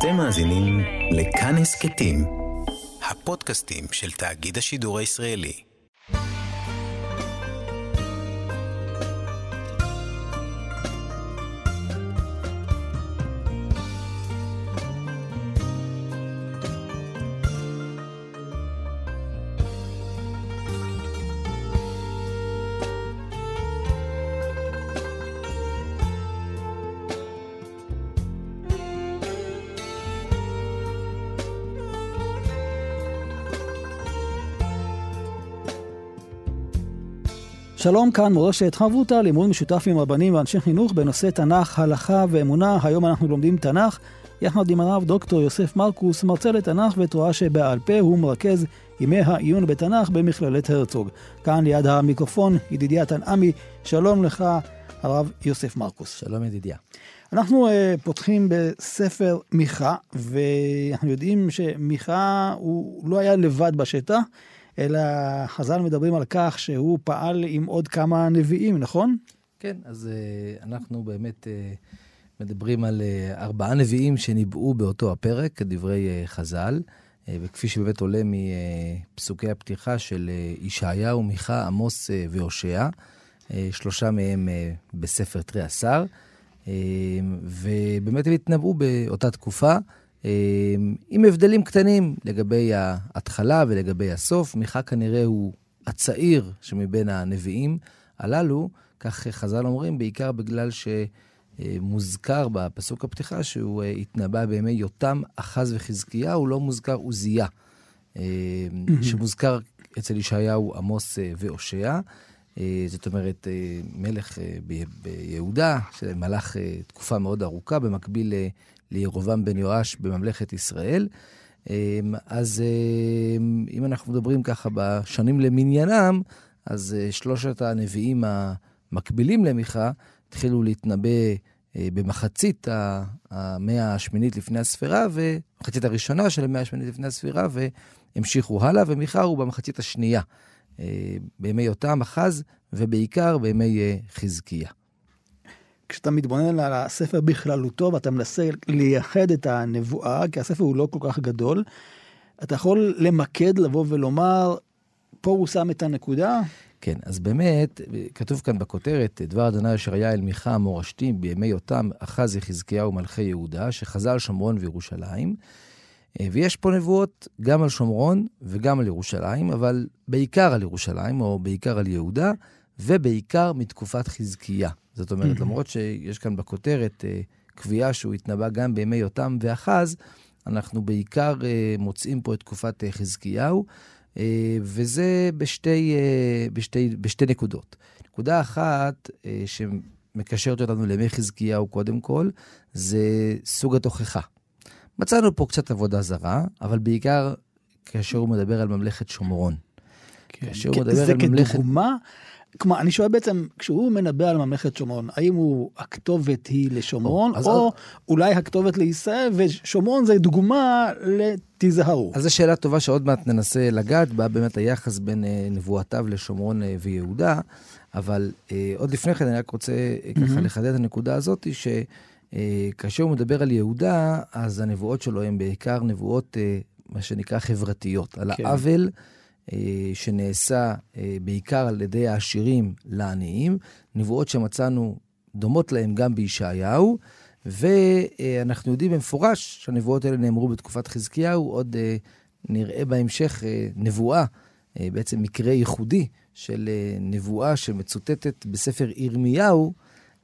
אתם מאזינים לכאן הסכתים, הפודקאסטים של תאגיד השידור הישראלי. שלום, כאן מורשת חברותא, לימוד משותף עם רבנים ואנשי חינוך בנושא תנ"ך, הלכה ואמונה. היום אנחנו לומדים תנ"ך יחד עם הרב דוקטור יוסף מרקוס, מרצה לתנ"ך ותורה שבעל פה. הוא מרכז ימי העיון בתנ"ך במכללת הרצוג. כאן ליד המיקרופון ידידיה תנעמי. שלום לך הרב יוסף מרקוס. שלום ידידיה. אנחנו פותחים בספר מיכה, ואנחנו יודעים שמיכה הוא לא היה לבד בשטח, אלא חז"ל מדברים על כך שהוא פעל עם עוד כמה נביאים, נכון? כן, אז אנחנו באמת מדברים על 4 נביאים שניבאו באותו הפרק, כדברי חז"ל, וכפי שבאמת עולה מפסוקי הפתיחה של ישעיהו, מיכה, עמוס והושע, 3 מהם בספר תרי עשר, ובאמת הם התנבאו באותה תקופה, עם הבדלים קטנים לגבי ההתחלה ולגבי הסוף. מיכה כנראה הוא הצעיר שמבין הנביאים הללו, כך חז"ל אומרים, בעיקר בגלל שמוזכר בפסוק הפתיחה שהוא התנבא בימי יותם, אחז וחזקיהו, לא מוזכר עוזיה, שמוזכר אצל ישעיהו, עמוס והושע. זאת אומרת, מלך ביהודה, שמלך תקופה מאוד ארוכה, במקביל לירובעם בן יואש בממלכת ישראל. אז אם אנחנו מדברים ככה בשנים למניינם, אז 3 הנביאים המקבילים למיכה התחילו להתנבא במחצית המאה השמינית לפני הספירה, ומחצית הראשונה של המאה השמינית לפני הספירה, והמשיכו הלאה, ומיכה הוא במחצית השנייה, בימי יותם, אחז, ובעיקר בימי חזקיה. כשאתה מתבונן על הספר בכללותו, ואתה מנסה לייחד את הנבואה, כי הספר הוא לא כל כך גדול, אתה יכול למקד, לבוא ולומר, פה הוא שם את הנקודה? כן, אז באמת, כתוב כאן בכותרת, דבר אדוני אשר היה אל מיכה המורשתים בימי יותם, אחז וחזקיהו מלכי יהודה, שחזה על שומרון וירושלים, ויש פה נבואות גם על שומרון וגם על ירושלים, אבל בעיקר על ירושלים, או בעיקר על יהודה, ובעיקר מתקופת חזקיה. זאת אומרת, למרות שיש כאן בכותרת קביעה שהוא התנבא גם בימי יותם ואחז, אנחנו בעיקר מוצאים פה את תקופת חזקיהו, וזה בשתי נקודות. נקודה אחת שמקשרת אותנו לימי חזקיהו קודם כל, זה סוג התוכחה. מצאנו פה קצת עבודה זרה, אבל בעיקר כאשר הוא מדבר על ממלכת שומרון. כאשר הוא מדבר על ממלכת... כדוגמה, כלומר, אני שואל בעצם, כשהוא מנבא על ממלכת שומרון, האם הכתובת היא לשומרון, או אולי הכתובת לישראל, ושומרון זה דוגמה לתיזהרו. אז זו שאלה טובה שעוד מעט ננסה לגעת בה, באמת היחס בין נבואתיו לשומרון ויהודה, אבל עוד לפני כן אני רק רוצה ככה לחדד את הנקודה הזאת, שכאשר הוא מדבר על יהודה, אז הנבואות שלו הן בעיקר נבואות, מה שנקרא חברתיות, על העוול, שנעשה בעיקר על ידי העשירים לעניים, נבואות שמצאנו דומות להם גם בישעיהו, ואנחנו יודעים במפורש שהנבואות האלה נאמרו בתקופת חזקיהו. עוד נראה בהמשך נבואה, בעצם מקרה ייחודי של נבואה שמצוטטת בספר ירמיהו,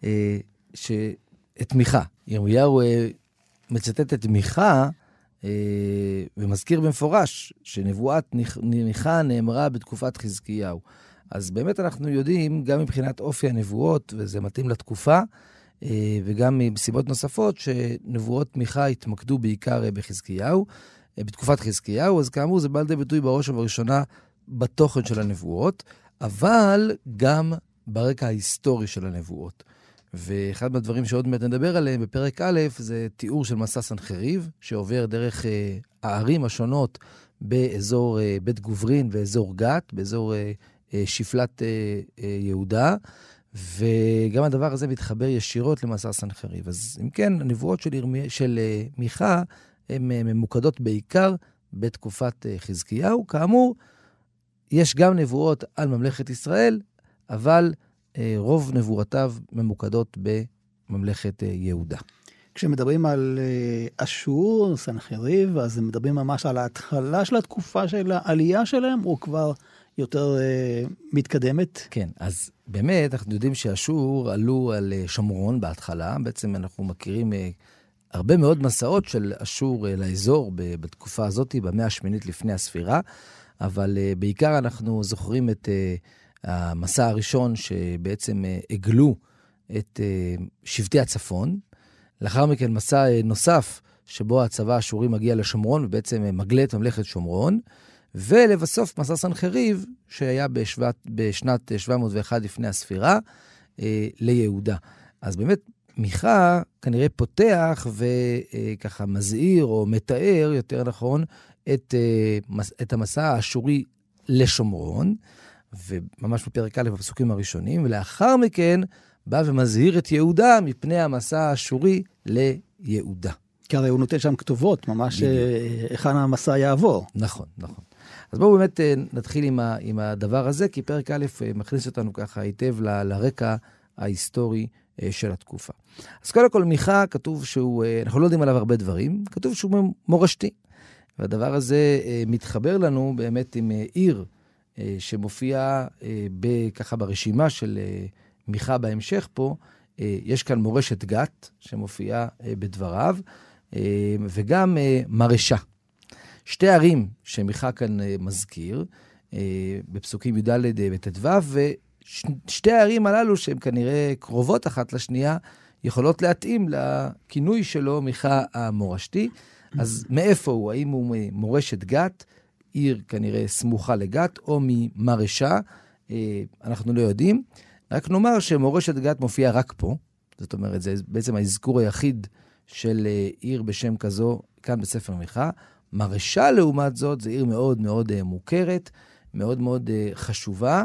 את מיכה. ירמיהו מצטט את מיכה, ומזכיר במפורש שנבואת מיכה נאמרה בתקופת חזקיהו. אז באמת אנחנו יודעים, גם מבחינת אופי הנבואות, וזה מתאים לתקופה, וגם מסיבות נוספות, שנבואות מיכה התמקדו בעיקר בחזקיהו, בתקופת חזקיהו, אז כאמור זה בא לידי ביטוי בראש ובראשונה בתוכן של הנבואות, אבל גם ברקע ההיסטורי של הנבואות. ואחד מהדברים שעוד מעט נדבר עליהם בפרק א', זה תיאור של מסע סנחריב, שעובר דרך הערים השונות באזור בית גוברין ואזור גת, באזור שפלת יהודה, וגם הדבר הזה מתחבר ישירות למסע סנחריב. אז אם כן, הנבואות של מיכה הן ממוקדות בעיקר בתקופת חזקיהו. כאמור, יש גם נבואות על ממלכת ישראל, אבל רוב נבואותיו ממוקדות בממלכת יהודה. כשמדברים על אשור, סנחריב, אז הם מדברים ממש על ההתחלה של התקופה של העלייה שלהם, או כבר יותר מתקדמת? כן, אז באמת אנחנו יודעים שאשור עלו על שומרון בהתחלה. בעצם אנחנו מכירים הרבה מאוד מסעות של אשור לאזור בתקופה הזאת, במאה השמינית לפני הספירה, אבל בעיקר אנחנו זוכרים את המסע הראשון שבעצם הגלו את שבטי הצפון. לאחר מכן מסע נוסף שבו הצבא האשורי מגיע לשומרון ובעצם מגלה את ממלכת שומרון, ולבסוף מסע סנחריב שהיה בשנת 701 לפני הספירה ליהודה. אז באמת מיכה כנראה פותח וככה מזהיר או מתאר יותר נכון את המסע האשורי לשומרון, וממש בפרק א' בפסוקים הראשונים, ולאחר מכן בא ומזהיר את יהודה מפני המסע האשורי ליהודה. כי הרי הוא נותן שם כתובות, ממש היכן המסע יעבור. נכון, נכון. אז בואו באמת נתחיל עם הדבר הזה, כי פרק א' מכניס אותנו ככה היטב לרקע ההיסטורי של התקופה. אז קודם כל מיכה כתוב שהוא, אנחנו לא יודעים עליו הרבה דברים, כתוב שהוא מורשתי. והדבר הזה מתחבר לנו באמת עם עיר שמופיע ככה ברשימה של מיכה בהמשך פה. יש כאן מורשת גת שמופיעה בדבריו, וגם מרשה. שתי ערים שמיכה כאן מזכיר, בפסוקים י"ד וט"ו, ושתי הערים הללו שהן כנראה קרובות אחת לשנייה, יכולות להתאים לכינוי שלו מיכה המורשתי. אז מאיפה הוא? האם הוא מורשת גת, עיר כנראה סמוכה לגת, או ממרשה? אנחנו לא יודעים. רק נאמר שמורשת גת מופיע רק פה. זאת אומרת, זה בעצם האזכור היחיד של עיר בשם כזו כאן בספר מיכה. מרשה לעומת זאת, זו עיר מאוד מאוד מוכרת, מאוד מאוד חשובה,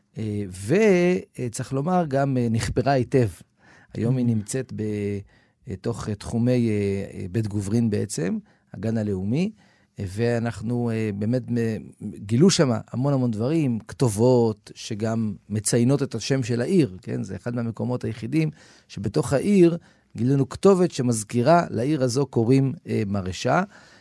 וצריך לומר גם נחפרה היטב. היום היא נמצאת בתוך תחומי בית גוברין בעצם, הגן הלאומי, ואנחנו באמת גילו שם המון המון דברים, כתובות שגם מציינות את השם של העיר, כן? זה אחד מהמקומות היחידים שבתוך העיר גילינו כתובת שמזכירה לעיר הזו קוראים מרשה,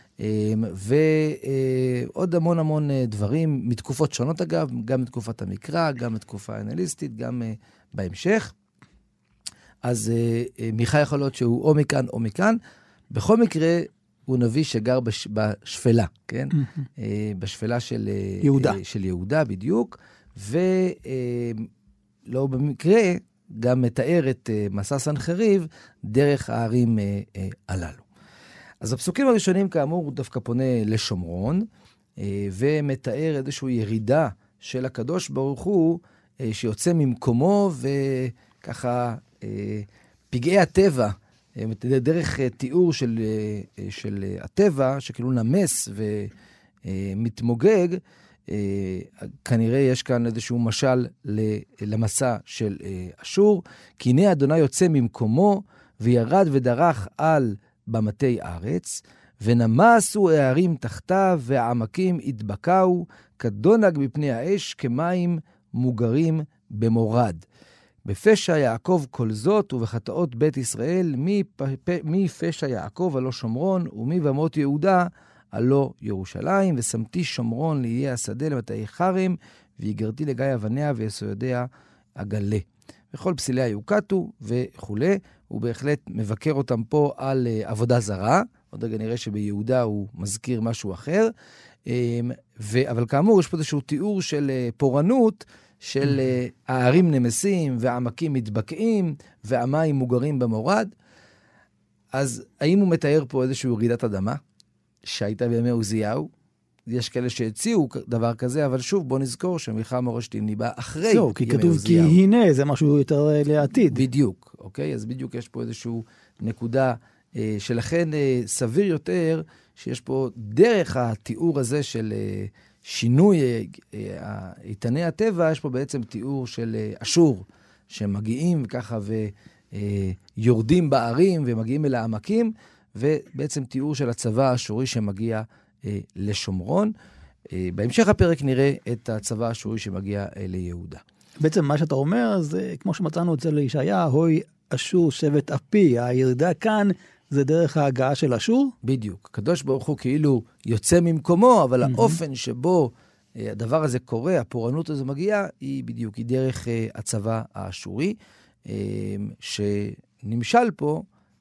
ועוד המון המון דברים מתקופות שונות אגב, גם מתקופת המקרא, גם מתקופה האנליסטית, גם בהמשך. אז מיכה יכול להיות שהוא או מכאן או מכאן. בכל מקרה הוא נביא שגר בשפלה, כן? בשפלה של יהודה. של יהודה בדיוק, ולא במקרה גם מתאר את מסע סנחריב דרך הערים הללו. אז הפסוקים הראשונים כאמור הוא דווקא פונה לשומרון, ומתאר איזושהי ירידה של הקדוש ברוך הוא, שיוצא ממקומו, וככה פגעי הטבע, דרך תיאור של הטבע, שכאילו נמס ומתמוגג, כנראה יש כאן איזשהו משל למסע של אשור, כי הנה אדוני יוצא ממקומו, וירד ודרך על במתי ארץ, ונמסו הערים תחתיו, והעמקים התבקעו, כדונג מפני האש, כמים מוגרים במורד. בפשע יעקב כל זאת, ובחטאות בית ישראל, מי פשע יעקב הלא שומרון, ומי במות יהודה הלא ירושלים, ושמתי שומרון ליהיה השדה למטעי חרם, ויגרתי לגיא אבניה ויסודיה אגלה. וכל פסיליה יוקטו וכו'. הוא בהחלט מבקר אותם פה על עבודה זרה, עוד רגע נראה שביהודה הוא מזכיר משהו אחר, אבל כאמור יש פה איזשהו תיאור של פורענות, של הערים נמסים והעמקים מתבקעים והמים מוגרים במורד. אז האם הוא מתאר פה איזושהי רעידת אדמה שהייתה בימי עוזיהו? יש כאלה שהציעו דבר כזה, אבל שוב בוא נזכור שמיכה המורשתי ניבא אחרי ימי עוזיהו. כי כתוב כי הנה, זה משהו יותר לעתיד. בדיוק, אוקיי? אז בדיוק יש פה איזושהי נקודה שלכן סביר יותר שיש פה דרך התיאור הזה של שינוי איתני הטבע, יש פה בעצם תיאור של אשור, שמגיעים ככה ויורדים בערים ומגיעים אל העמקים, ובעצם תיאור של הצבא האשורי שמגיע לשומרון. בהמשך הפרק נראה את הצבא האשורי שמגיע ליהודה. בעצם מה שאתה אומר, זה כמו שמצאנו אצל ישעיה, הוי אשור שבט אפי, הירידה כאן זה דרך ההגעה של אשור? בדיוק. הקדוש ברוך הוא כאילו יוצא ממקומו, אבל האופן שבו הדבר הזה קורה, הפורענות הזו מגיעה, היא בדיוק, היא דרך הצבא האשורי, שנמשל פה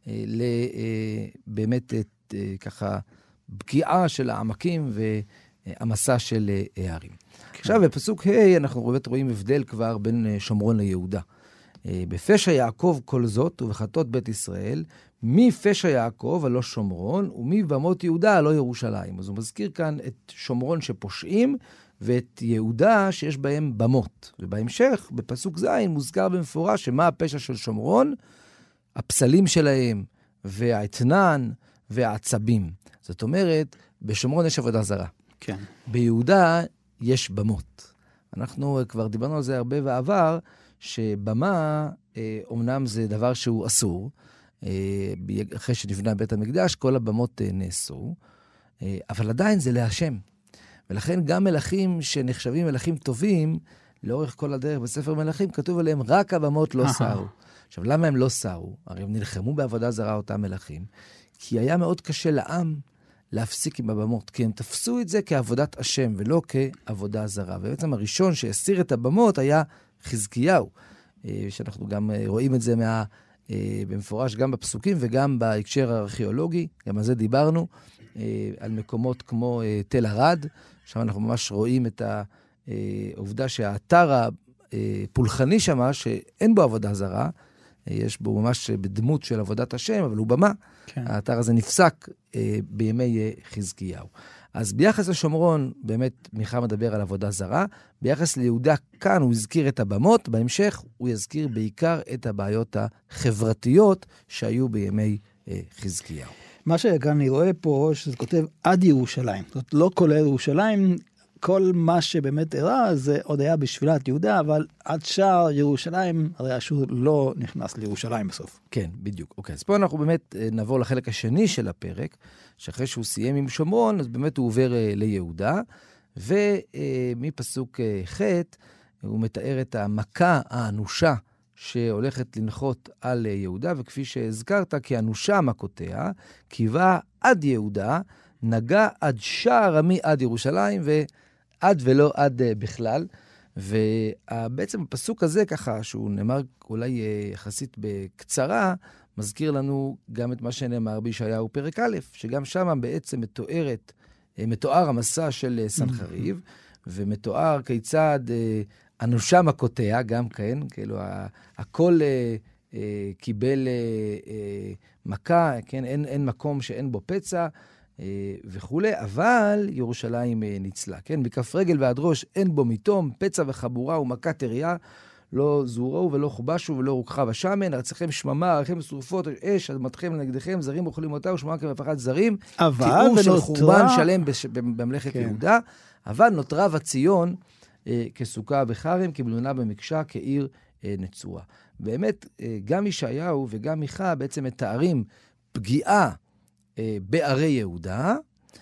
באמת ככה פגיעה של העמקים והמסע של הערים. עכשיו, בפסוק ה' אנחנו באמת רואים הבדל כבר בין שומרון ליהודה. בפשע יעקב כל זאת, ובחטות בית ישראל, מפשע יעקב הלא שומרון, ומבמות יהודה הלא ירושלים. אז הוא מזכיר כאן את שומרון שפושעים, ואת יהודה שיש בהם במות. ובהמשך, בפסוק ז' מוזכר במפורש שמה הפשע של שומרון? הפסלים שלהם, והאתנן, והעצבים. זאת אומרת, בשומרון יש עבודה זרה. כן. ביהודה יש במות. אנחנו כבר דיברנו על זה הרבה בעבר, שבמה, אומנם זה דבר שהוא אסור, אחרי שנבנה בית המקדש, כל הבמות נאסרו, אבל עדיין זה להשם. ולכן גם מלכים שנחשבים מלכים טובים, לאורך כל הדרך בספר מלכים, כתוב עליהם רק הבמות לא סרו. עכשיו, למה הם לא סרו? הרי הם נלחמו בעבודה זרה אותם מלכים, כי היה מאוד קשה לעם להפסיק עם הבמות, כי הם תפסו את זה כעבודת השם, ולא כעבודה זרה. ובעצם הראשון שהסיר את הבמות היה חזקיהו, שאנחנו גם רואים את זה במפורש גם בפסוקים וגם בהקשר הארכיאולוגי, גם על זה דיברנו, על מקומות כמו תל ערד, שם אנחנו ממש רואים את העובדה שהאתר הפולחני שם, שאין בו עבודה זרה, יש בו ממש בדמות של עבודת השם, אבל הוא במה. כן. האתר הזה נפסק בימי חזקיהו. אז ביחס לשומרון, באמת מיכה מדבר על עבודה זרה. ביחס ליהודה כאן הוא הזכיר את הבמות, בהמשך הוא יזכיר בעיקר את הבעיות החברתיות שהיו בימי חזקיהו. מה שכאן אני רואה פה, שזה כותב עד ירושלים. זאת לא כולל ירושלים, כל מה שבאמת הראה זה עוד היה בשפילת יהודה, אבל עד שער ירושלים, הרי אשור לא נכנס לירושלים בסוף. כן, בדיוק. אוקיי, אז פה אנחנו באמת נעבור לחלק השני של הפרק, שאחרי שהוא סיים עם שומרון, אז באמת הוא עובר ליהודה, ומפסוק ח' הוא מתאר את המכה האנושה שהולכת לנחות על יהודה, וכפי שהזכרת, כי אנושה מכותיה, קיבה עד יהודה, נגע עד שער עמי עד ירושלים, ועד ולא עד בכלל. ובעצם הפסוק הזה ככה, שהוא נאמר אולי יחסית בקצרה, מזכיר לנו גם את מה שנאמר בישעיהו פרק א', שגם שם בעצם מתואר המסע של סנחריב, ומתואר כיצד אנושה מכותיה, גם כן, כאילו הכל קיבל מכה, כן, אין מקום שאין בו פצע, וכולי, אבל ירושלים ניצלה, כן? מכף רגל ועד ראש אין בו מתום, פצע וחבורה ומכה תריה, לא זורו ולא חובשו ולא רוקחה בשמן, ארציכם שממה, עריכם שרופות, אש, אדמתכם לנגדכם, זרים אוכלים אותה ושמעה כמפחד זרים, תיאור של חורבן שלם בממלכת יהודה, אבל נותרה בציון כסוכה בחרם, כבלונה במקשה, כעיר נצורה. באמת, גם ישעיהו וגם מיכה בעצם מתארים פגיעה בערי יהודה,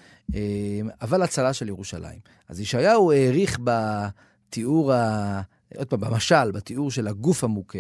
אבל הצלה של ירושלים. אז ישעיהו העריך בתיאור, עוד פעם, במשל, בתיאור של הגוף המוכה,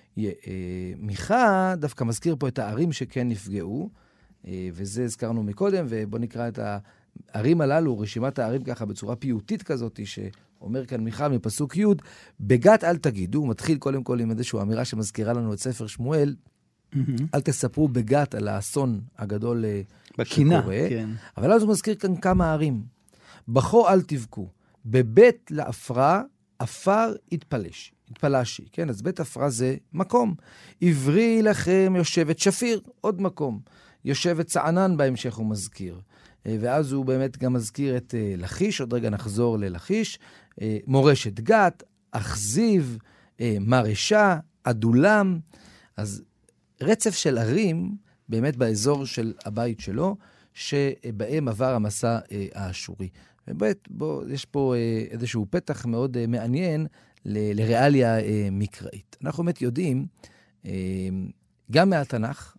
מיכה דווקא מזכיר פה את הערים שכן נפגעו, וזה הזכרנו מקודם, ובוא נקרא את הערים הללו, רשימת הערים ככה בצורה פיוטית כזאת, שאומר כאן מיכה מפסוק י', בגת אל תגידו, הוא מתחיל קודם כל עם איזושהי אמירה שמזכירה לנו את ספר שמואל, אל תספרו בגת על האסון הגדול בקינה, שקורה, כן. אבל אז הוא מזכיר כאן כמה ערים. בכו אל תבכו, בבית לעפרה, עפר התפלשי, כן? אז בית עפרה זה מקום. עברי לכם יושבת שפיר, עוד מקום. יושבת צענן בהמשך הוא מזכיר. ואז הוא באמת גם מזכיר את לחיש, עוד רגע נחזור ללחיש, מורשת גת, אכזיב, מרשה, עדולם. אז רצף של ערים, באמת באזור של הבית שלו, שבהם עבר המסע האשורי. ובאמת, יש פה איזשהו פתח מאוד מעניין לריאליה מקראית. אנחנו באמת יודעים, גם מהתנ"ך,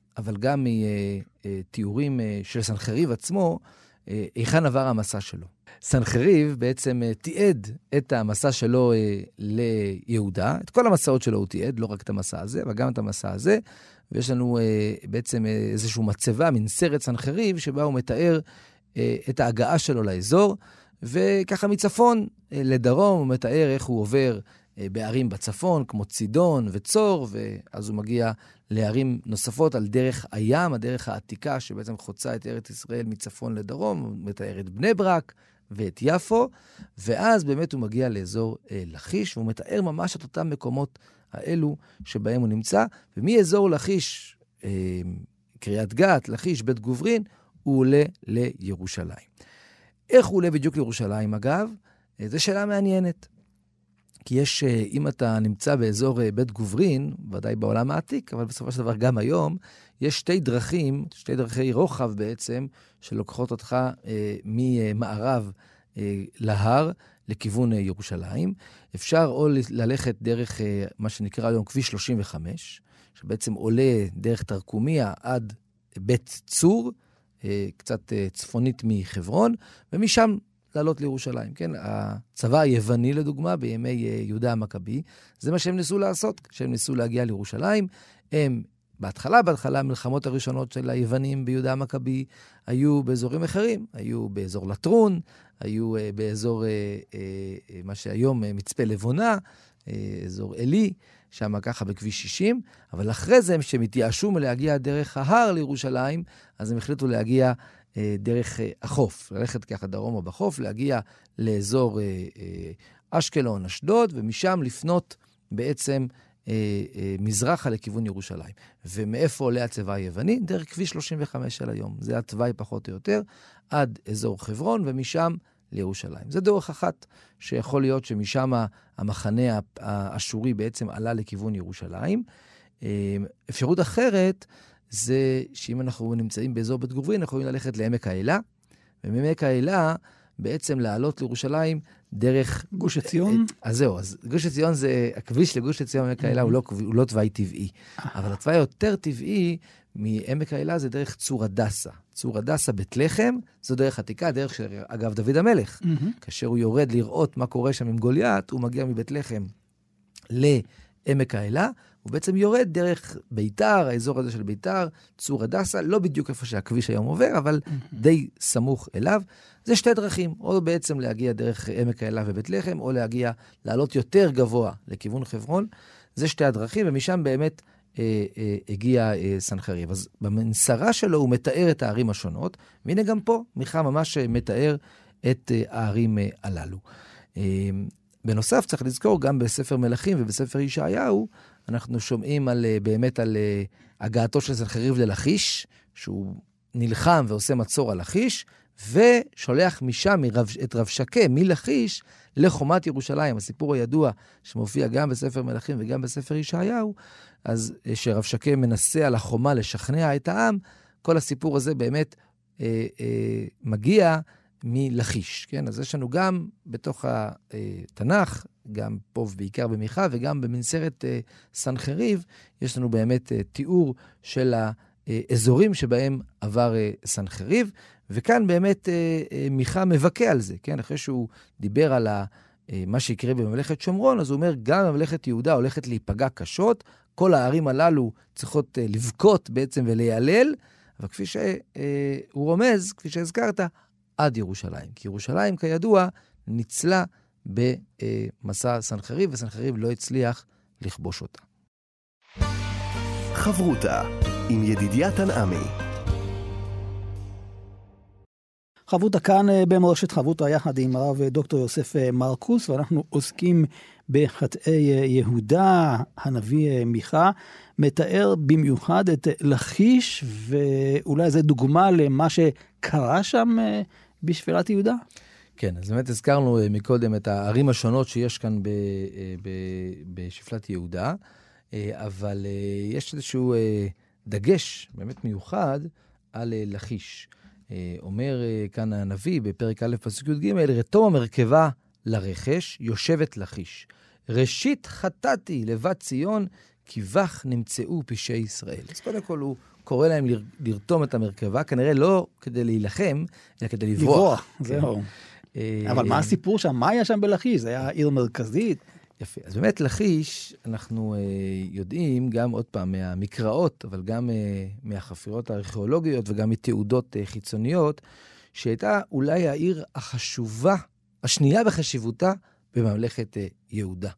אבל גם מתיאורים של סנחריב עצמו, היכן עבר המסע שלו. סנחריב בעצם תיעד את המסע שלו ליהודה, את כל המסעות שלו הוא תיעד, לא רק את המסע הזה, אבל גם את המסע הזה, ויש לנו בעצם איזשהו מצבה, מין סרט סנחריב, שבה הוא מתאר את ההגעה שלו לאזור, וככה מצפון לדרום הוא מתאר איך הוא עובר בערים בצפון, כמו צידון וצור, ואז הוא מגיע לערים נוספות על דרך הים, הדרך העתיקה שבעצם חוצה את ארץ ישראל מצפון לדרום, הוא מתאר את בני ברק ואת יפו, ואז באמת הוא מגיע לאזור לכיש, והוא מתאר ממש את אותם מקומות האלו שבהם הוא נמצא, ומאזור לכיש, קריית גת, לכיש, בית גוברין, הוא עולה לירושלים. איך הוא עולה בדיוק לירושלים, אגב? זו שאלה מעניינת. כי יש, אם אתה נמצא באזור בית גוברין, ודאי בעולם העתיק, אבל בסופו של דבר גם היום, יש שתי דרכי רוחב בעצם, שלוקחות אותך ממערב להר, לכיוון ירושלים. אפשר או ללכת דרך מה שנקרא היום כביש 35, שבעצם עולה דרך תרקומיה עד בית צור, קצת צפונית מחברון, ומשם לעלות לירושלים. כן? הצבא היווני, לדוגמה, בימי יהודה המכבי, זה מה שהם ניסו לעשות. כשהם ניסו להגיע לירושלים, הם בהתחלה, המלחמות הראשונות של היוונים ביהודה המכבי, היו באזורים אחרים. היו באזור לטרון, היו באזור מה שהיום מצפה לבונה, אזור אלי, שם ככה בכביש 60, אבל אחרי זה, כשהם התייאשו מלהגיע דרך ההר לירושלים, אז הם החליטו להגיע דרך החוף, ללכת ככה דרומה בחוף, להגיע לאזור אשקלון, אשדוד, ומשם לפנות בעצם מזרחה לכיוון ירושלים. ומאיפה עולה הצבא היווני? דרך כביש 35 של היום. זה התוואי פחות או יותר, עד אזור חברון, ומשם לירושלים. זה דרך אחת שיכול להיות שמשם המחנה האשורי בעצם עלה לכיוון ירושלים. אפשרות אחרת זה שאם אנחנו נמצאים באזור בית גוברין, אנחנו יכולים ללכת לעמק האלה, ומעמק האלה בעצם לעלות לירושלים דרך גוש עציון. אז זהו, אז גוש עציון זה, הכביש לגוש עציון מעמק האלה הוא לא תוואי טבעי. אבל התוואי יותר טבעי מעמק האלה זה דרך צור הדסה. צור הדסה בית לחם, זו דרך עתיקה, דרך שאגב דוד המלך. כאשר הוא יורד לראות מה קורה שם עם גוליית, הוא מגיע מבית לחם לעמק האלה, הוא בעצם יורד דרך ביתר, האזור הזה של ביתר, צור הדסה, לא בדיוק איפה שהכביש היום עובר, אבל די סמוך אליו. זה שתי דרכים, או בעצם להגיע דרך עמק האלה ובית לחם, או להגיע, לעלות יותר גבוה לכיוון חברון. זה שתי הדרכים, ומשם באמת הגיע סנחריב. אז במנסרה שלו הוא מתאר את הערים השונות, והנה גם פה מיכה ממש מתאר את הערים הללו. בנוסף, צריך לזכור, גם בספר מלכים ובספר ישעיהו, אנחנו שומעים באמת על הגעתו של סנחריב ללכיש, שהוא נלחם ועושה מצור על לכיש, ושולח משם את רבשקה מלכיש לחומת ירושלים. הסיפור הידוע שמופיע גם בספר מלכים וגם בספר ישעיהו, אז שרבשקה מנסה על החומה לשכנע את העם, כל הסיפור הזה באמת מגיע מלכיש. כן? אז יש לנו גם בתוך התנ"ך, גם פה ובעיקר במיכה, וגם במנסרת סנחריב, יש לנו באמת תיאור של האזורים שבהם עבר סנחריב, וכאן באמת מיכה מבכה על זה, כן? אחרי שהוא דיבר על מה שיקרה בממלכת שומרון, אז הוא אומר, גם ממלכת יהודה הולכת להיפגע קשות, כל הערים הללו צריכות לבכות בעצם ולהיעלל, אבל כפי שהוא רומז, כפי שהזכרת, עד ירושלים. כי ירושלים, כידוע, ניצלה במסע סנחריב, וסנחריב לא הצליח לכבוש אותה. חברותה עם ידידיה תנעמי. חברותה כאן במורשת חברותה יחד עם הרב דוקטור יוסף מרקוס, ואנחנו עוסקים בחטאי יהודה. הנביא מיכה מתאר במיוחד את לכיש, ואולי זו דוגמה למה שקרה שם בשפלת יהודה. כן, אז באמת הזכרנו מקודם את הערים השונות שיש כאן בשפלת יהודה, אבל יש איזשהו דגש באמת מיוחד על לכיש. אומר כאן הנביא בפרק א' פסוק י"ג, רתום המרכבה לרכש, יושבת לכיש. ראשית חטאתי לבת ציון, כי בך נמצאו פשעי ישראל. אז קודם כל הוא קורא להם לרתום את המרכבה, כנראה לא כדי להילחם, אלא כדי לברוח. זהו. אבל מה הסיפור שם? מה היה שם בלכיש? זה היה עיר מרכזית? יפה. אז באמת לכיש, אנחנו יודעים גם עוד פעם מהמקראות, אבל גם מהחפירות הארכיאולוגיות וגם מתעודות חיצוניות, שהייתה אולי העיר החשובה, השנייה בחשיבותה בממלכת יהודה.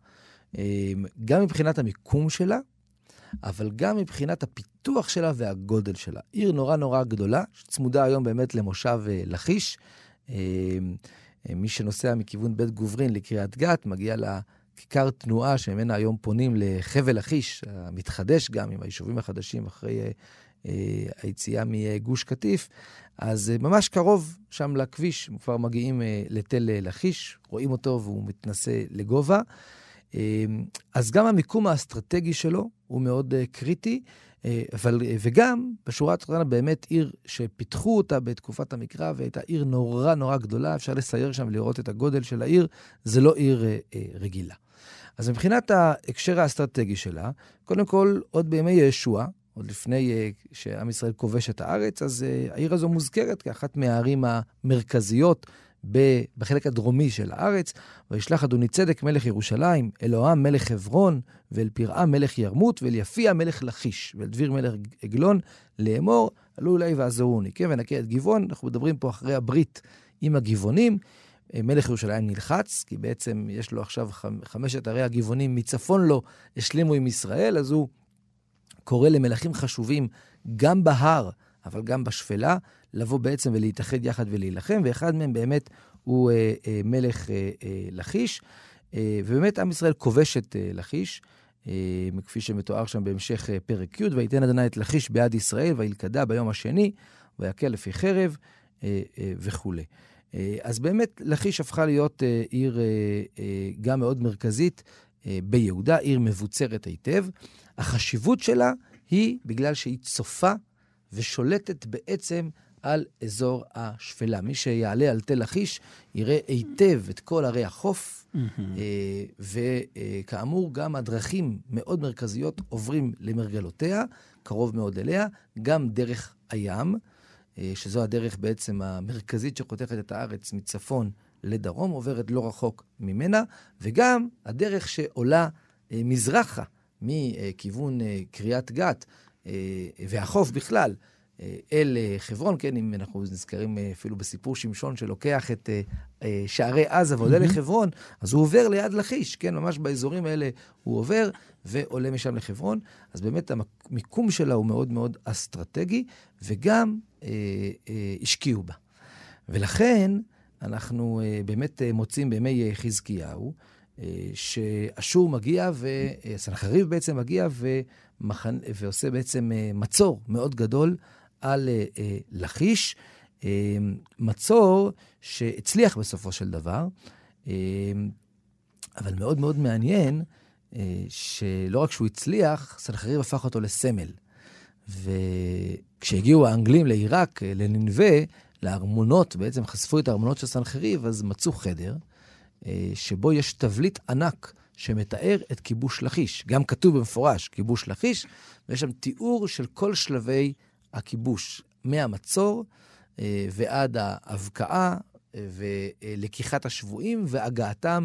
גם מבחינת המיקום שלה, אבל גם מבחינת הפיתוח שלה והגודל שלה. עיר נורא נורא גדולה, שצמודה היום באמת למושב לכיש. מי שנוסע מכיוון בית גוברין לקריית גת, מגיע לכיכר תנועה שממנה היום פונים לחבל לכיש, המתחדש גם עם היישובים החדשים אחרי היציאה מגוש קטיף. אז ממש קרוב שם לכביש, כבר מגיעים לתל לכיש, רואים אותו והוא מתנסה לגובה. אז גם המיקום האסטרטגי שלו הוא מאוד קריטי, וגם בשורה התחתונה באמת עיר שפיתחו אותה בתקופת המקרא, והייתה עיר נורא נורא גדולה, אפשר לסייר שם ולראות את הגודל של העיר, זה לא עיר רגילה. אז מבחינת ההקשר האסטרטגי שלה, קודם כל עוד בימי ישוע, עוד לפני שעם ישראל כובש את הארץ, אז העיר הזו מוזכרת כאחת מהערים המרכזיות בחלק הדרומי של הארץ. וישלח אדוני צדק מלך ירושלים, אלוהם מלך חברון, ואל פרעה מלך ירמות, ואל יפיע מלך לכיש, ואל דביר מלך עגלון, לאמור, עלו אליי ועזרוני. כן, ונקה את גבעון, אנחנו מדברים פה אחרי הברית עם הגבעונים. מלך ירושלים נלחץ, כי בעצם יש לו עכשיו 5 ערי הגבעונים מצפון לו, השלימו עם ישראל, אז הוא קורא למלכים חשובים גם בהר, אבל גם בשפלה, לבוא בעצם ולהתאחד יחד ולהילחם, ואחד מהם באמת הוא מלך לכיש, ובאמת עם ישראל כובש את לכיש, כפי שמתואר שם בהמשך פרק י', ויתן אדוני את לכיש ביד ישראל, וילכדה ביום השני, ויקל לפי חרב, וכו'. אז באמת לכיש הפכה להיות עיר גם מאוד מרכזית ביהודה, עיר מבוצרת היטב. החשיבות שלה היא בגלל שהיא צופה ושולטת בעצם על אזור השפלה. מי שיעלה על תל לכיש יראה היטב את כל ערי החוף, וכאמור גם הדרכים מאוד מרכזיות עוברים למרגלותיה, קרוב מאוד אליה, גם דרך הים, שזו הדרך בעצם המרכזית שחותכת את הארץ מצפון לדרום, עוברת לא רחוק ממנה, וגם הדרך שעולה מזרחה, מכיוון קריית גת, והחוף בכלל, אל חברון, כן, אם אנחנו נזכרים אפילו בסיפור שמשון שלוקח את שערי עזה ועולה לחברון, אז הוא עובר ליד לכיש, כן, ממש באזורים האלה הוא עובר ועולה משם לחברון, אז באמת המיקום שלה הוא מאוד מאוד אסטרטגי, וגם השקיעו בה. ולכן אנחנו באמת מוצאים בימי חזקיהו, שאשור מגיע, וסנחריב בעצם מגיע ועושה בעצם מצור מאוד גדול על לכיש, מצור שהצליח בסופו של דבר, אבל מאוד מאוד מעניין שלא רק שהוא הצליח, סנחריב הפך אותו לסמל. וכשהגיעו האנגלים לעיראק, לנינווה, לארמונות, בעצם חשפו את הארמונות של סנחריב, אז מצאו חדר, שבו יש תבליט ענק שמתאר את כיבוש לכיש. גם כתוב במפורש כיבוש לכיש, ויש שם תיאור של כל שלבי הכיבוש, מהמצור ועד ההבקעה ולקיחת השבויים והגעתם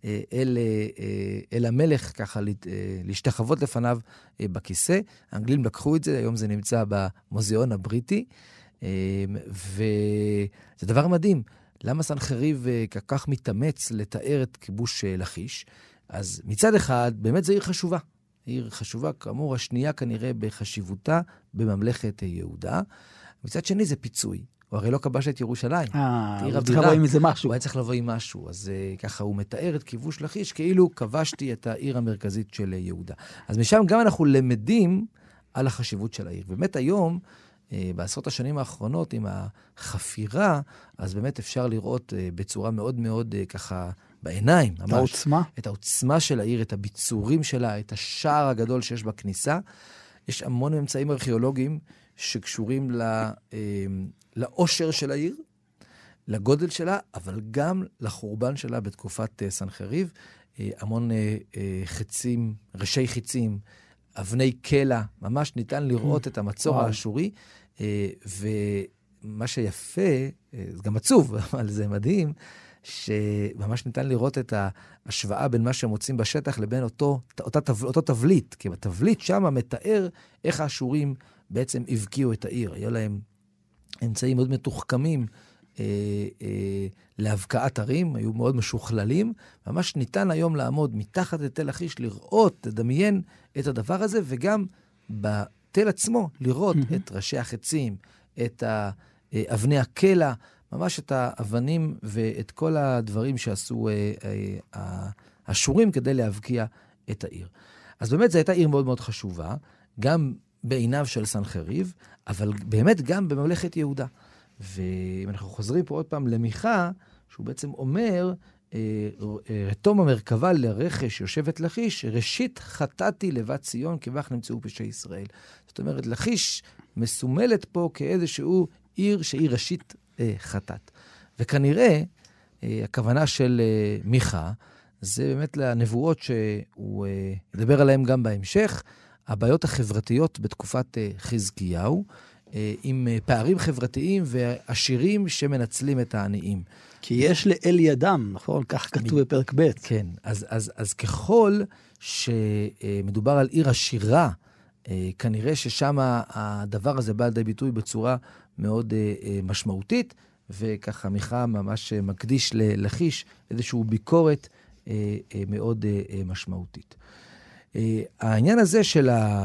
אל המלך, ככה להשתחוות לפניו בכיסא. האנגלים לקחו את זה, היום זה נמצא במוזיאון הבריטי, וזה דבר מדהים. למה סנחריב כך מתאמץ לתאר את כיבוש לכיש? אז מצד אחד, באמת זו עיר חשובה. עיר חשובה, כאמור, השנייה כנראה בחשיבותה בממלכת יהודה. מצד שני זה פיצוי. הוא הרי לא כבש את ירושלים. הוא צריך לבוא עם איזה משהו. הוא היה צריך לבוא עם משהו. אז ככה הוא מתאר את כיבוש לכיש, כאילו כבשתי את העיר המרכזית של יהודה. אז משם גם אנחנו למדים על החשיבות של העיר. באמת היום, בעשרות השנים האחרונות, עם החפירה, אז באמת אפשר לראות בצורה מאוד מאוד ככה בעיניים. את העוצמה. את העוצמה של העיר, את הביצורים שלה, את השער הגדול שיש בכניסה. יש המון אמצעים ארכיאולוגיים שקשורים לאושר של העיר, לגודל שלה, אבל גם לחורבן שלה בתקופת סנחריב. המון חיצים, ראשי חיצים, אבני קלע, ממש ניתן לראות את המצור האשורי, ומה שיפה, זה גם עצוב, אבל זה מדהים, שממש ניתן לראות את ההשוואה בין מה שהם מוצאים בשטח לבין אותו תבליט, כי התבליט שם מתאר איך האשורים בעצם הבקיעו את העיר. היה להם אמצעים מאוד מתוחכמים להבקעת ערים, היו מאוד משוכללים, ממש ניתן היום לעמוד מתחת לתל לכיש, לראות, לדמיין את הדבר הזה, וגם בתל עצמו לראות את ראשי החצים, את אבני הקלע, ממש את האבנים ואת כל הדברים שעשו האשורים כדי להבקיע את העיר. אז באמת זו הייתה עיר מאוד מאוד חשובה, גם בעיניו של סנחריב, אבל באמת גם בממלכת יהודה. ואם אנחנו חוזרים פה עוד פעם למיכה, שהוא בעצם אומר, רתום המרכבה לרכש יושבת לכיש, ראשית חטאתי לבת ציון, כבך נמצאו פשעי ישראל. זאת אומרת, לכיש מסומלת פה כאיזשהו עיר שהיא ראשית חטאת. וכנראה, הכוונה של מיכה, זה באמת לנבואות שהוא ידבר עליהן גם בהמשך, הבעיות החברתיות בתקופת חזקיהו, עם פערים חברתיים ועשירים שמנצלים את העניים. כי יש לאל ידם, נכון? כך כתוב בפרק ב'. כן, אז ככל שמדובר על עיר עשירה, כנראה ששם הדבר הזה בא לידי ביטוי בצורה מאוד משמעותית, וככה מיכה ממש מקדיש לכיש איזושהי ביקורת מאוד משמעותית. העניין הזה של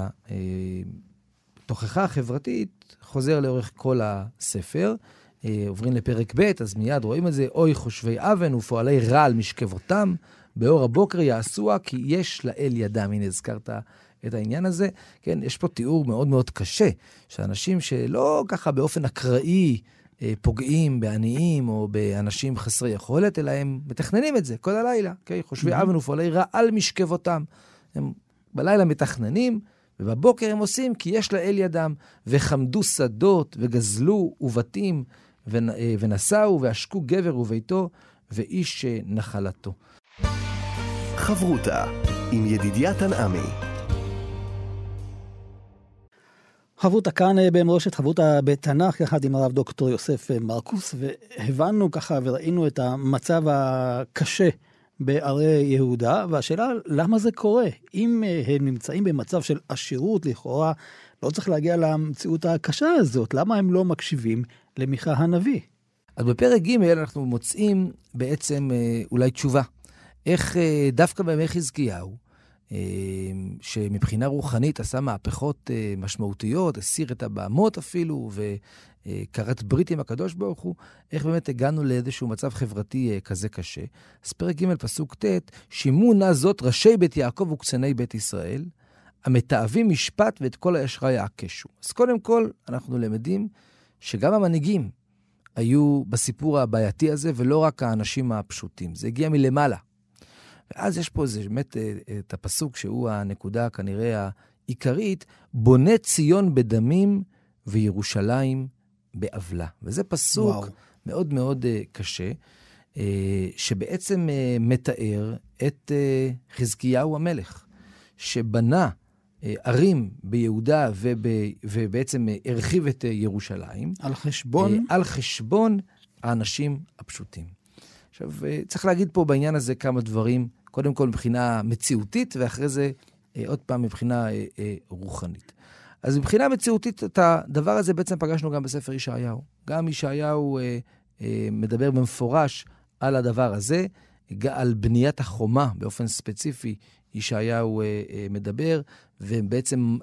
התוכחה החברתית חוזר לאורך כל הספר, עוברים לפרק ב', אז מיד רואים את זה, אוי חושבי אבן ופועלי רע על משכבותם, באור הבוקר יעשוה כי יש לאל ידם. הנה הזכרת את העניין הזה. כן, יש פה תיאור מאוד מאוד קשה, שאנשים שלא ככה באופן אקראי פוגעים בעניים או באנשים חסרי יכולת, אלא הם מתכננים את זה כל הלילה. כן? חושבי אבן ופועלי רע על משכבותם. הם בלילה מתכננים, ובבוקר הם עושים כי יש לאל ידם, וחמדו שדות וגזלו ובתים ונסעו והשקו גבר וביתו ואיש נחלתו. חברותה עם ידידיה תנעמי. חברותה כאן במורשת חברותה בתנ"ך, יחד עם הרב דוקטור יוסף מרקוס, והבנו ככה וראינו את המצב הקשה בערי יהודה, והשאלה למה זה קורה? אם הם נמצאים במצב של עשירות לכאורה, לא צריך להגיע למציאות הקשה הזאת, למה הם לא מקשיבים למיכה הנביא? אז בפרק ג' אנחנו מוצאים בעצם אולי תשובה. איך דווקא בימי חזקיהו, שמבחינה רוחנית עשה מהפכות משמעותיות, הסיר את הבעמות אפילו, וקראת ברית עם הקדוש ברוך הוא, איך באמת הגענו לאיזשהו מצב חברתי כזה קשה. אז פרק ג' פסוק ט', שימו נא זאת ראשי בית יעקב וקציני בית ישראל, המתאבים משפט ואת כל הישרה יעקשו. אז קודם כל אנחנו למדים שגם המנהיגים היו בסיפור הבעייתי הזה, ולא רק האנשים הפשוטים. זה הגיע מלמעלה. ואז יש פה באמת את הפסוק שהוא הנקודה כנראה העיקרית, בונה ציון בדמים וירושלים בעוולה. וזה פסוק מאוד מאוד קשה, שבעצם מתאר את חזקיהו המלך, שבנה ערים ביהודה ובעצם הרחיב את ירושלים. על חשבון האנשים הפשוטים. עכשיו, צריך להגיד פה בעניין הזה כמה דברים, קודם כל מבחינה מציאותית, ואחרי זה עוד פעם מבחינה רוחנית. אז מבחינה מציאותית, את הדבר הזה בעצם פגשנו גם בספר ישעיהו. גם ישעיהו מדבר במפורש על הדבר הזה, על בניית החומה באופן ספציפי, ישעיהו מדבר, ובעצם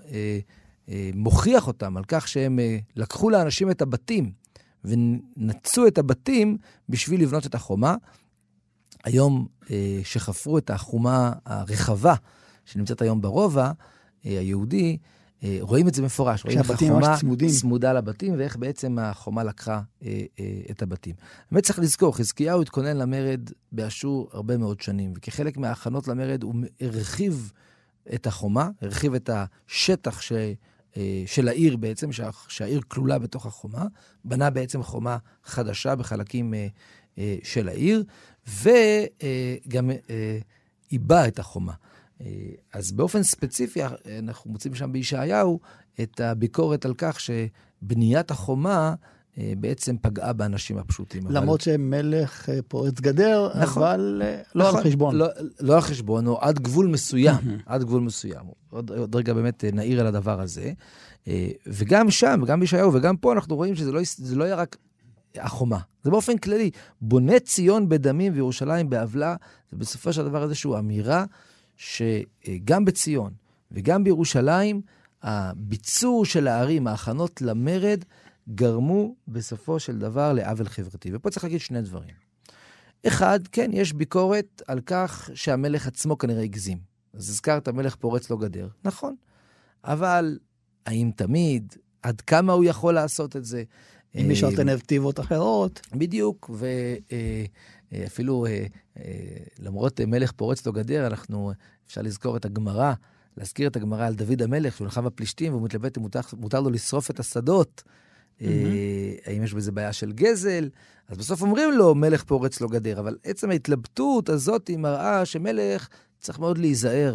מוכיח אותם על כך שהם לקחו לאנשים את הבתים, ונצו את הבתים בשביל לבנות את החומה. היום שחפרו את החומה הרחבה, שנמצאת היום ברובע היהודי, רואים את זה מפורש. רואים איך החומה צמודה לבתים, ואיך בעצם החומה לקחה את הבתים. באמת צריך לזכור, חזקיהו התכונן למרד באשור הרבה מאוד שנים, וכחלק מההכנות למרד הוא הרחיב את החומה, הרחיב את השטח של העיר בעצם, שהעיר כלולה בתוך החומה, בנה בעצם חומה חדשה בחלקים של העיר, וגם איבא את החומה. אז באופן ספציפי, אנחנו מוצאים שם בישעיהו את הביקורת על כך שבניית החומה בעצם פגעה באנשים הפשוטים. למרות שמלך פורץ גדר, נכון, אבל לא על חשבון. לא על חשבון, או עד גבול מסוים. עד גבול מסוים. עוד רגע באמת נעיר על הדבר הזה. וגם שם, גם בישעיהו וגם פה, אנחנו רואים שזה לא היה רק החומה. זה באופן כללי. בונה ציון בדמים וירושלים בעוולה, זה בסופו של דבר איזושהי אמירה שגם בציון וגם בירושלים, הביצור של הערים, ההכנות למרד, גרמו בסופו של דבר לעוול חברתי. ופה צריך להגיד שני דברים. אחד, כן, יש ביקורת על כך שהמלך עצמו כנראה הגזים. אז הזכרת, המלך פורץ לו גדר. נכון. אבל האם תמיד, עד כמה הוא יכול לעשות את זה? אם יש אלטרנטיבות אחרות. בדיוק, ואפילו למרות מלך פורץ לו גדר, אפשר לזכור את הגמרא, להזכיר את הגמרא על דוד המלך, שהוא נלחם בפלישתים, והוא מתלבט אם מותר לו לשרוף את השדות. האם יש בזה בעיה של גזל? אז בסוף אומרים לו, מלך פורץ לו גדר, אבל עצם ההתלבטות הזאת היא מראה שמלך צריך מאוד להיזהר.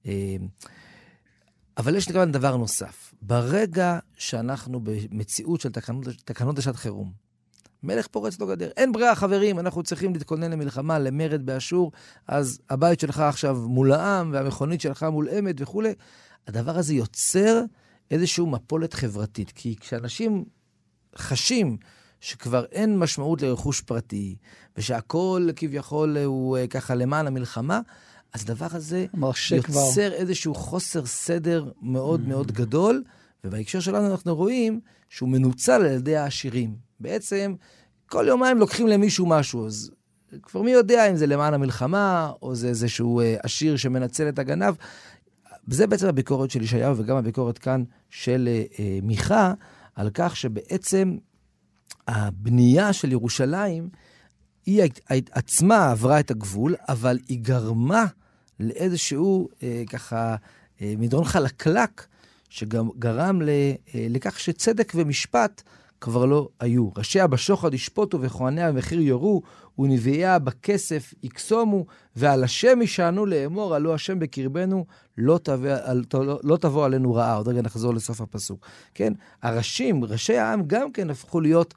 אבל יש כאן דבר נוסף. ברגע שאנחנו במציאות של תקנות לשעת חירום, מלך פורץ לו גדר. אין ברירה, חברים, אנחנו צריכים להתכונן למלחמה, למרד באשור, אז הבית שלך עכשיו מול העם, והמכונית שלך מולאמת וכו'. הדבר הזה יוצר איזושהי מפולת חברתית, כי כשאנשים חשים שכבר אין משמעות לרכוש פרטי, ושהכל כביכול הוא ככה למען המלחמה, אז הדבר הזה יוצר איזשהו חוסר סדר מאוד מאוד גדול, ובהקשר שלנו אנחנו רואים שהוא מנוצל על ידי העשירים. בעצם כל יומיים לוקחים למישהו משהו, אז כבר מי יודע אם זה למען המלחמה, או זה איזשהו עשיר שמנצל את הגנב. זה בעצם הביקורת של ישעיהו, וגם הביקורת כאן של מיכה, על כך שבעצם הבנייה של ירושלים, היא עצמה עברה את הגבול, אבל היא גרמה לאיזשהו ככה מדרון חלקלק, שגם גרם לכך שצדק ומשפט כבר לא היו. ראשיה בשוחד ישפוטו וכהניה במחיר יורו, ונביאיה בכסף יקסומו, ועל השם ישענו לאמור, הלא השם בקרבנו, לא תבוא עלינו רעה. עוד רגע נחזור לסוף הפסוק. כן? ראשי העם גם כן הפכו להיות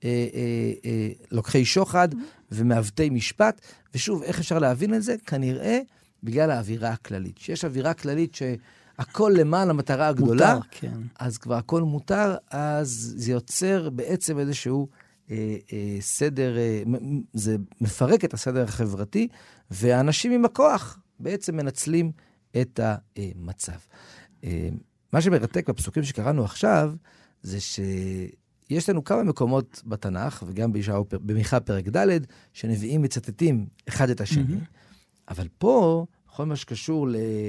לוקחי שוחד ומעבתי משפט, ושוב, איך אפשר להבין את זה? כנראה בגלל האווירה הכללית. שיש אווירה כללית שהכל למען המטרה הגדולה, מותר, כן. אז כבר הכל מותר, אז זה יוצר בעצם איזשהו סדר, זה מפרק את הסדר החברתי, והאנשים עם הכוח בעצם מנצלים את המצב. מה שמרתק בפסוקים שקראנו עכשיו, זה שיש לנו כמה מקומות בתנ"ך, וגם במיכה פרק ד', שנביאים מצטטים אחד את השני. אבל פה, בכל מה שקשור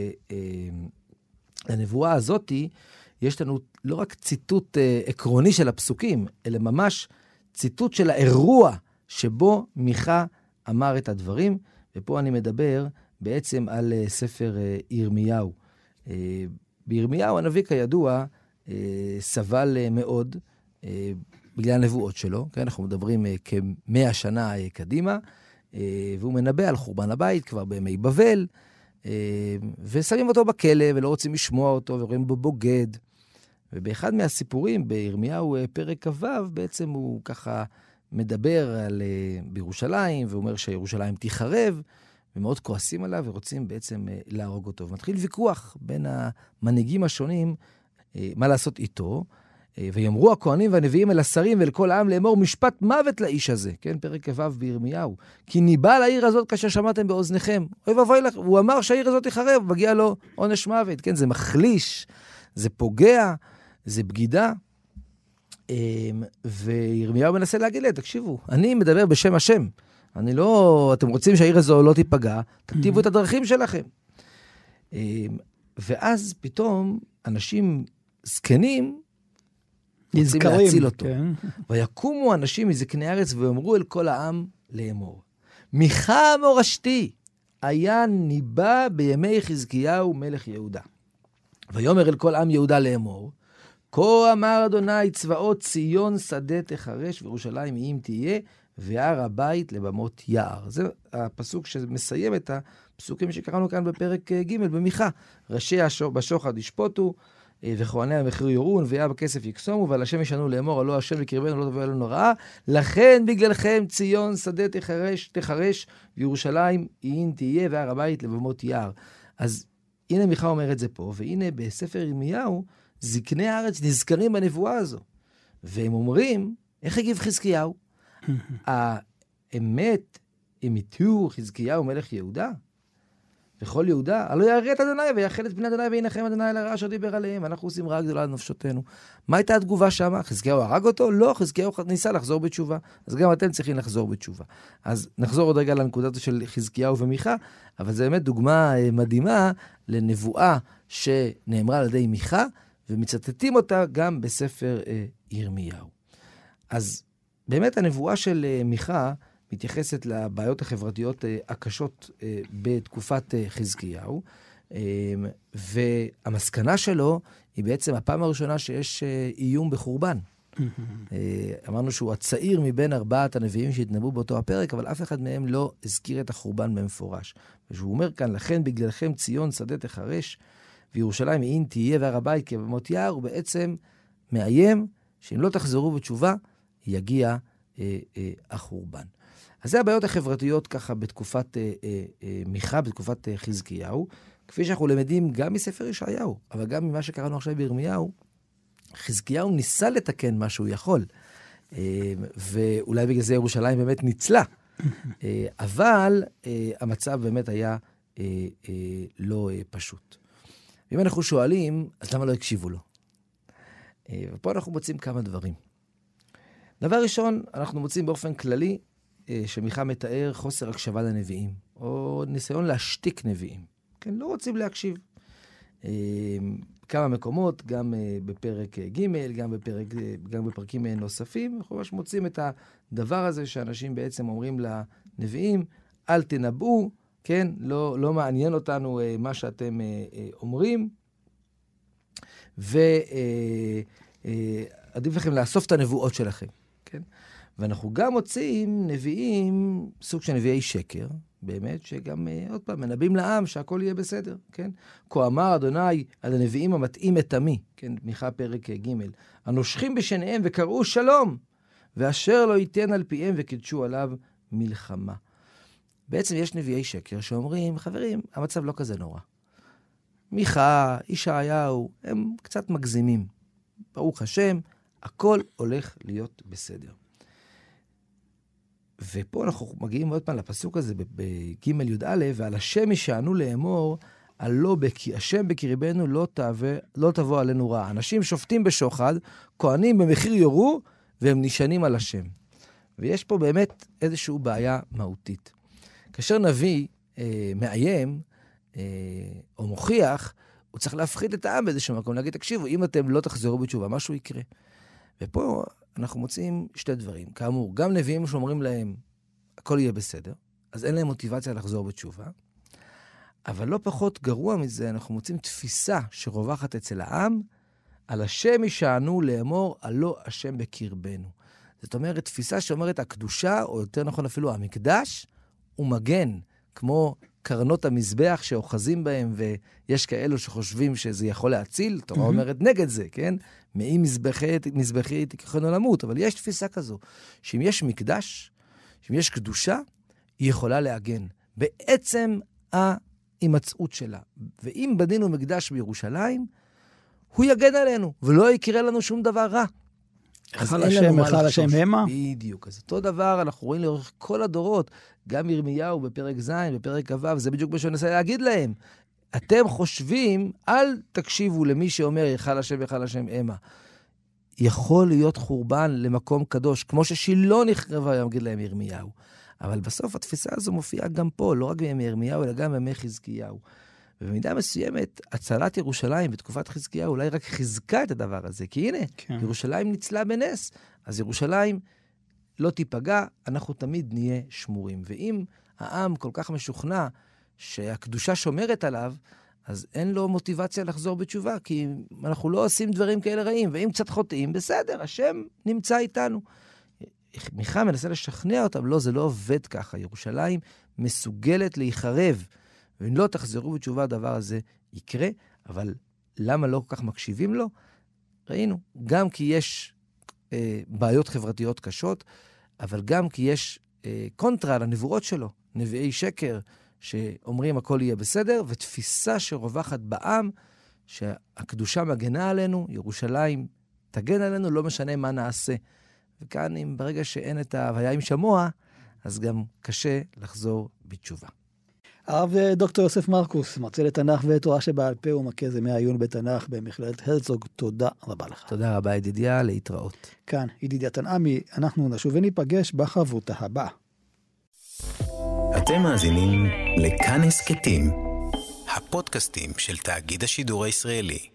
לנבואה הזאת, יש לנו לא רק ציטוט עקרוני של הפסוקים, אלא ממש ציטוט של האירוע שבו מיכה אמר את הדברים, ופה אני מדבר בעצם על ספר ירמיהו. בירמיהו הנביא כידוע סבל מאוד בגלל הנבואות שלו, כן? אנחנו מדברים כ100 שנה קדימה, והוא מנבא על חורבן הבית כבר בימי בבל, ושמים אותו בכלא ולא רוצים לשמוע אותו ורואים בו בוגד. ובאחד מהסיפורים בירמיהו פרק כ"ו בעצם הוא ככה מדבר על בירושלים, ואומר שירושלים תיחרב, ומאוד כועסים עליו ורוצים בעצם להרוג אותו. ומתחיל ויכוח בין המנהיגים השונים מה לעשות איתו, ויאמרו הכהנים והנביאים אל השרים ואל כל העם לאמור משפט מוות לאיש הזה, כן, פרק כ"ו בירמיהו, כי ניבא לעיר הזאת כאשר שמעתם באוזניכם, אוי ואבוי לך, הוא אמר שהעיר הזאת תיחרב, מגיע לו עונש מוות, כן, זה מחליש, זה פוגע, זה בגידה, וירמיהו מנסה להגיד להם, תקשיבו, אני מדבר בשם השם, אני לא, אתם רוצים שהעיר הזו לא תיפגע, תטיבו את הדרכים שלכם. ואז פתאום אנשים זקנים רוצים להציל אותו. כן. ויקומו אנשים מזקני הארץ ואומרו אל כל העם לאמור. מיכה מורשתי היה ניבא בימי חזקיהו מלך יהודה. ויאמר אל כל עם יהודה לאמור, כה אמר אדוני צבאות ציון שדה תחרש וירושלים אם תהיה, והר הבית לבמות יער. זה הפסוק שמסיים את הפסוקים שקראנו כאן בפרק ג' במיכה. ראשי בשוחד ישפוטו, וכהני המחיר יורון, ויהיה בכסף יקסומו, ועל השם ישנו לאמור, הלא השם בקרבנו לא תבוא אלינו רעה, לכן בגללכם ציון שדה תחרש, וירושלים אם תהיה, והר הבית לבמות יער. אז הנה מיכה אומר את זה פה, והנה בספר ירמיהו, זקני הארץ נזכרים בנבואה הזו. והם אומרים, איך הגיב חזקיהו? האמת, אמיתו חזקיהו מלך יהודה, וכל יהודה, הלא ירא את אדוני ויחל את פני אדוני וינחם אדוני על הרע אשר דיבר עליהם, ואנחנו עושים רעה גדולה לנפשותנו. מה הייתה התגובה שם? חזקיהו הרג אותו? לא, חזקיהו ניסה לחזור בתשובה. אז גם אתם צריכים לחזור בתשובה. אז נחזור עוד רגע לנקודה של חזקיהו ומיכה, אבל זה באמת דוגמה מדהימה לנבואה שנאמרה על ידי מיכה, ומצטטים אותה גם בספר ירמיהו. אז באמת הנבואה של מיכה מתייחסת לבעיות החברתיות הקשות בתקופת חזקיהו, והמסקנה שלו היא בעצם הפעם הראשונה שיש איום בחורבן. אמרנו שהוא הצעיר מבין 4 הנביאים שהתנבאו באותו הפרק, אבל אף אחד מהם לא הזכיר את החורבן במפורש. ושהוא אומר כאן, לכן בגללכם ציון שדה תחרש, וירושלים אם תהיה והר הבית כבמות יער, הוא בעצם מאיים שאם לא תחזרו בתשובה, יגיע החורבן. אז זה הבעיות החברתיות ככה בתקופת מיכה, בתקופת חזקיהו, כפי שאנחנו למדים גם מספר ישעיהו, אבל גם ממה שקראנו עכשיו בירמיהו, חזקיהו ניסה לתקן מה שהוא יכול, ואולי בגלל זה ירושלים באמת ניצלה, אבל המצב באמת היה לא פשוט. ואם אנחנו שואלים, אז למה לא הקשיבו לו? ופה אנחנו מוצאים כמה דברים. דבר ראשון, אנחנו מוצאים באופן כללי, שמיכה מתאר חוסר הקשבה לנביאים, או ניסיון להשתיק נביאים. כן, לא רוצים להקשיב. כמה מקומות, גם בפרק ג', גם בפרקים נוספים, אנחנו ממש מוצאים את הדבר הזה שאנשים בעצם אומרים לנביאים, אל תנבאו, כן, לא מעניין אותנו מה שאתם אומרים, ועדיף לכם לאסוף את הנבואות שלכם, כן? ואנחנו גם מוצאים נביאים, סוג של נביאי שקר, באמת, שגם, עוד פעם, מנבאים לעם שהכל יהיה בסדר, כן? כה אמר אדוני על הנביאים המתאים את עמי, כן, מיכה פרק ג', הנושכים בשניהם וקראו שלום, ואשר לא ייתן על פיהם וקידשו עליו מלחמה. בעצם יש נביאי שקר שאומרים, חברים, המצב לא כזה נורא. מיכה, ישעיהו, הם קצת מגזימים. ברוך השם, הכל הולך להיות בסדר. ופה אנחנו מגיעים עוד פעם לפסוק הזה בג' י"א, ועל השם ישענו לאמור, הלא השם בקרבנו לא תבוא עלינו רע. אנשים שופטים בשוחד, כהנים במחיר יורו, והם נשענים על השם. ויש פה באמת איזושהי בעיה מהותית. כאשר נביא מאיים או מוכיח, הוא צריך להפחיד את העם באיזשהו מקום, להגיד, תקשיבו, אם אתם לא תחזרו בתשובה, משהו יקרה. ופה אנחנו מוצאים 2 דברים. כאמור, גם נביאים שאומרים להם, הכל יהיה בסדר, אז אין להם מוטיבציה לחזור בתשובה. אבל לא פחות גרוע מזה, אנחנו מוצאים תפיסה שרווחת אצל העם, על השם ישענו לאמור, הלא השם בקרבנו. זאת אומרת, תפיסה שאומרת הקדושה, או יותר נכון אפילו המקדש, הוא מגן, כמו קרנות המזבח שאוחזים בהם, ויש כאלו שחושבים שזה יכול להציל, תורה אומרת נגד זה, כן? מאי מזבחי תיקחנו למות, אבל יש תפיסה כזו, שאם יש מקדש, שאם יש קדושה, היא יכולה להגן. בעצם ההימצאות שלה. ואם בנינו מקדש בירושלים, הוא יגן עלינו, ולא יקרה לנו שום דבר רע. אחד השם המה? בדיוק. אז אותו דבר אנחנו רואים לאורך כל הדורות, גם ירמיהו בפרק ז', בפרק כ"ו, זה בדיוק מה שאני מנסה להגיד להם. אתם חושבים, אל תקשיבו למי שאומר, יחל השם ויחל השם המה. יכול להיות חורבן למקום קדוש, כמו ששילה נחרבה, יגיד להם ירמיהו. אבל בסוף התפיסה הזו מופיעה גם פה, לא רק בימי ירמיהו, אלא גם בימי חזקיהו. ובמידה מסוימת, הצלת ירושלים בתקופת חזקיהו אולי רק חיזקה את הדבר הזה, כי הנה, כן. ירושלים ניצלה בנס, אז ירושלים לא תיפגע, אנחנו תמיד נהיה שמורים. ואם העם כל כך משוכנע שהקדושה שומרת עליו, אז אין לו מוטיבציה לחזור בתשובה, כי אנחנו לא עושים דברים כאלה רעים, ואם קצת חוטאים, בסדר, השם נמצא איתנו. מיכה מנסה לשכנע אותם, לא, זה לא עובד ככה. ירושלים מסוגלת להיחרב, ואם לא תחזרו בתשובה, הדבר הזה יקרה, אבל למה לא כל כך מקשיבים לו? ראינו, גם כי יש בעיות חברתיות קשות, אבל גם כי יש קונטרה לנבואות שלו, נביאי שקר, שאומרים הכל יהיה בסדר, ותפיסה שרווחת בעם, שהקדושה מגנה עלינו, ירושלים תגן עלינו, לא משנה מה נעשה. וכאן, אם ברגע שאין את ההוויה עם שמוע, אז גם קשה לחזור בתשובה. הרב דוקטור יוסף מרקוס, מרצה לתנ"ך ותורה שבעל פה ומרכז ימי העיון בתנ"ך במכללת הרצוג, תודה רבה לך. תודה רבה, ידידיה, להתראות. כאן, ידידיה תנעמי, אנחנו נשוב וניפגש בחברותה הבאה. אתם מאזינים לכאן הסכתים, הפודקאסטים של תאגיד השידור הישראלי.